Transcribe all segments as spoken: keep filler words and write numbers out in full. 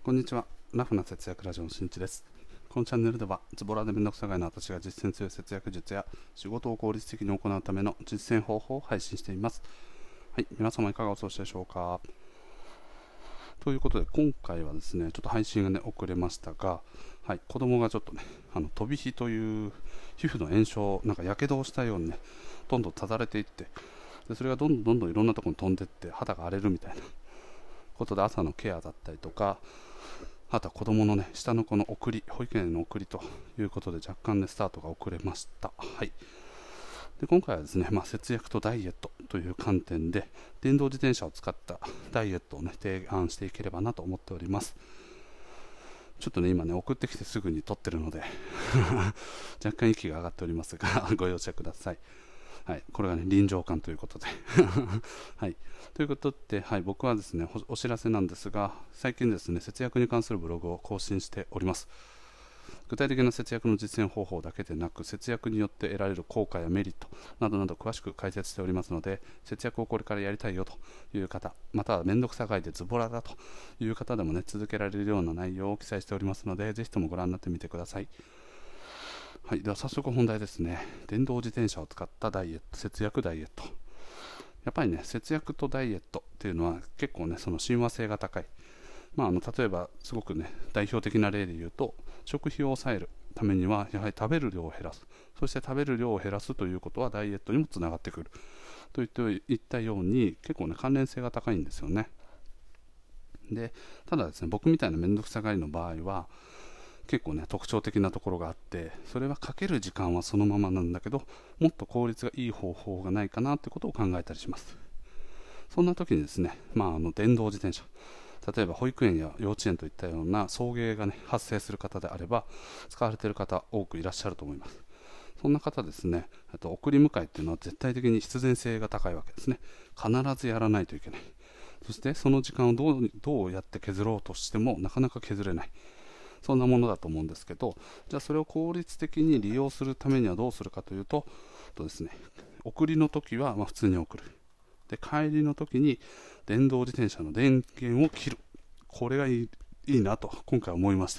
こんにちは。ラフな節約ラジオのしんいちです。このチャンネルではズボラでめんどくさがいの私が実践強い節約術や仕事を効率的に行うための実践方法を配信しています。はい、皆様いかがお過ごしでしょうか。ということで今回はですね、ちょっと配信がね遅れましたが、はい、子供がちょっとね、あの飛び火という皮膚の炎症、なんかやけどをしたようにね、どんどんただれていって、でそれがどんどんどんどんいろんなところに飛んでいって肌が荒れるみたいなことで、朝のケアだったりとか、あとは子供のね、下の子の送り、保育園の送りということで、若干ね、スタートが遅れました。はい。で今回はですね、まあ、節約とダイエットという観点で、電動自転車を使ったダイエットをね、提案していければなと思っております。ちょっとね、今ね、送ってきてすぐに撮ってるので、若干息が上がっておりますが、ご容赦ください。はい、これがね、臨場感ということで。はい、ということで、はい、僕はですねお、お知らせなんですが、最近ですね、節約に関するブログを更新しております。具体的な節約の実践方法だけでなく、節約によって得られる効果やメリットなどなど詳しく解説しておりますので、節約をこれからやりたいよという方、またはめんどくさがいでズボラだという方でもね、続けられるような内容を記載しておりますので、ぜひともご覧になってみてください。はい、では早速本題ですね。電動自転車を使ったダイエット、節約ダイエット。やっぱりね、節約とダイエットっていうのは結構ね、その親和性が高い。まあ、あの例えばすごくね、代表的な例で言うと、食費を抑えるためにはやはり食べる量を減らす。そして食べる量を減らすということはダイエットにもつながってくる。といったように結構ね、関連性が高いんですよね。で、ただですね、僕みたいなめんどくさがりの場合は、結構ね特徴的なところがあって、それはかける時間はそのままなんだけど、もっと効率がいい方法がないかなということを考えたりします。そんな時にですね、まあ、あの電動自転車、例えば保育園や幼稚園といったような送迎がね発生する方であれば、使われている方多くいらっしゃると思います。そんな方ですね、あと送り迎えっていうのは絶対的に必然性が高いわけですね。必ずやらないといけない。そしてその時間をどうどうやって削ろうとしてもなかなか削れない、そんなものだと思うんですけど、じゃあそれを効率的に利用するためにはどうするかというと、とですね、送りの時はまあ普通に送る。で、帰りの時に電動自転車の電源を切る。これがいい、いいなと今回思いました。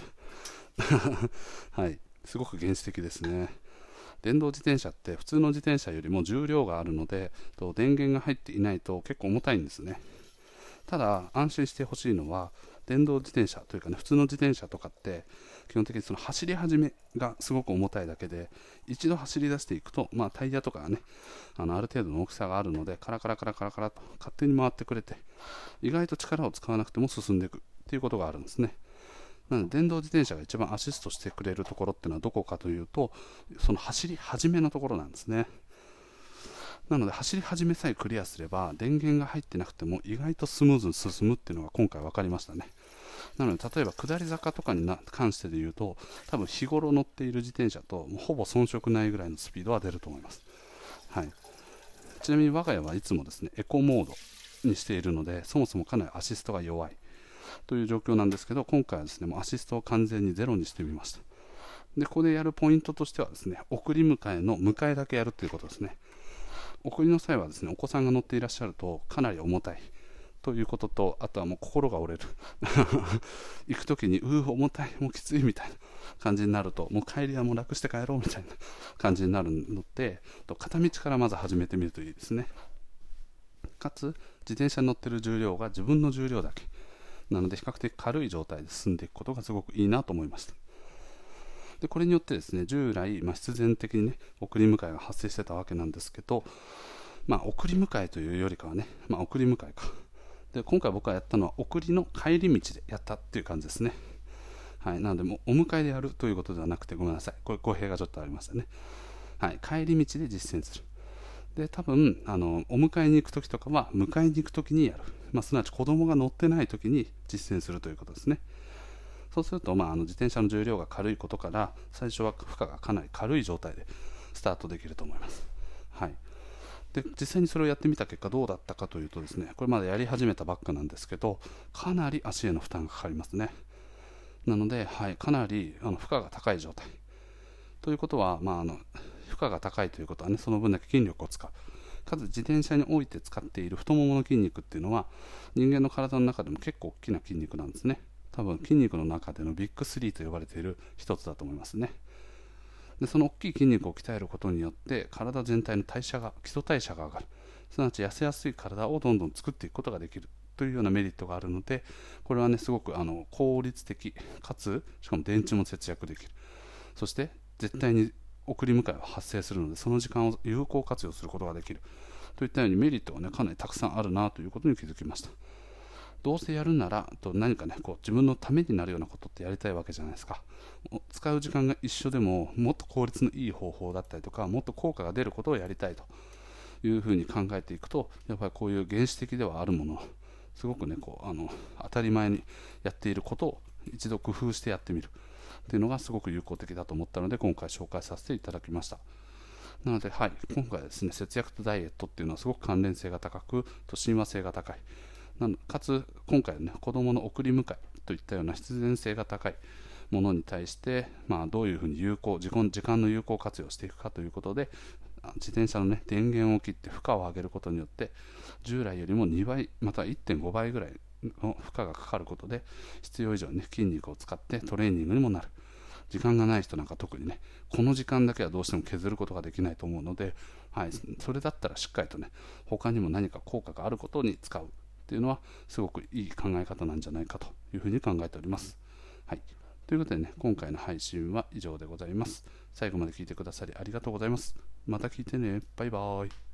はい、すごく原始的ですね。電動自転車って普通の自転車よりも重量があるので、電源が入っていないと結構重たいんですね。ただ安心してほしいのは、電動自転車というかね、普通の自転車とかって基本的にその走り始めがすごく重たいだけで、一度走り出していくと、まあ、タイヤとかがね、あのある程度の大きさがあるので、カラカラカラカラカラと勝手に回ってくれて、意外と力を使わなくても進んでいくっていうことがあるんですね。なので電動自転車が一番アシストしてくれるところっていうのはどこかというと、その走り始めのところなんですね。なので走り始めさえクリアすれば、電源が入ってなくても意外とスムーズに進むっていうのが今回分かりましたね。なので例えば下り坂とかにな関してで言うと、多分日頃乗っている自転車ともうほぼ遜色ないぐらいのスピードは出ると思います。はい、ちなみに我が家はいつもですね、エコモードにしているので、そもそもかなりアシストが弱いという状況なんですけど、今回はですね、もうアシストを完全にゼロにしてみました。で、ここでやるポイントとしてはですね、送り迎えの迎えだけやるということですね。送りの際はですね、お子さんが乗っていらっしゃるとかなり重たいということと、あとはもう心が折れる行く時にうー重たい、もうきついみたいな感じになると、もう帰りはもう楽して帰ろうみたいな感じになるので、片道からまず始めてみるといいですね。かつ自転車に乗っている重量が自分の重量だけなので、比較的軽い状態で進んでいくことがすごくいいなと思いました。でこれによってですね、従来、まあ、必然的にね送り迎えが発生してたわけなんですけど、まあ、送り迎えというよりかはね、まあ、送り迎えか。で今回僕がやったのは送りの帰り道でやったっていう感じですね。はい、なのでもうお迎えでやるということではなくて、ごめんなさい、これ語弊がちょっとありましたね。はい、帰り道で実践する。で多分あのお迎えに行く時とかは迎えに行く時にやる、まあ、すなわち子供が乗ってない時に実践するということですね。そうすると、まあ、あの自転車の重量が軽いことから、最初は負荷がかなり軽い状態でスタートできると思います。はい、で実際にそれをやってみた結果どうだったかというとですね、これまだやり始めたばっかなんですけど、かなり足への負担がかかりますね。なので、はい、かなりあの負荷が高い状態ということは、まあ、あの負荷が高いということはね、その分だけ筋力を使う。かつ自転車において使っている太ももの筋肉っていうのは、人間の体の中でも結構大きな筋肉なんですね。 多分筋肉の中でのビッグスリーと呼ばれている一つだと思いますね。でその大きい筋肉を鍛えることによって体全体の代謝が基礎代謝が上がる、すなわち痩せやすい体をどんどん作っていくことができるというようなメリットがあるので、これはねすごくあの効率的かつしかも電池も節約できる、そして絶対に送り迎えは発生するのでその時間を有効活用することができるといったようにメリットがねかなりたくさんあるなということに気づきました。どうせやるならと何かねこう自分のためになるようなことってやりたいわけじゃないですか。使う時間が一緒でももっと効率のいい方法だったりとかもっと効果が出ることをやりたいというふうに考えていくと、やっぱりこういう原始的ではあるもの、すごくねこうあの当たり前にやっていることを一度工夫してやってみるっていうのがすごく有効的だと思ったので今回紹介させていただきました。なので、はい、今回はですね節約とダイエットっていうのはすごく関連性が高くと親和性が高い、なのかつ今回はね子どもの送り迎えといったような必然性が高いものに対して、まあ、どういうふうに有効時間時間の有効活用していくかということで、自転車の、ね、電源を切って負荷を上げることによって従来よりもにばいまたはいってんごばいぐらいの負荷がかかることで必要以上に、ね、筋肉を使ってトレーニングにもなる。時間がない人なんか特にねこの時間だけはどうしても削ることができないと思うので、はい、それだったらしっかりとね他にも何か効果があることに使うっていうのはすごくいい考え方なんじゃないかというふうに考えております。はい、ということでね今回の配信は以上でございます。最後まで聞いてくださりありがとうございます。また聞いてね。バイバーイ。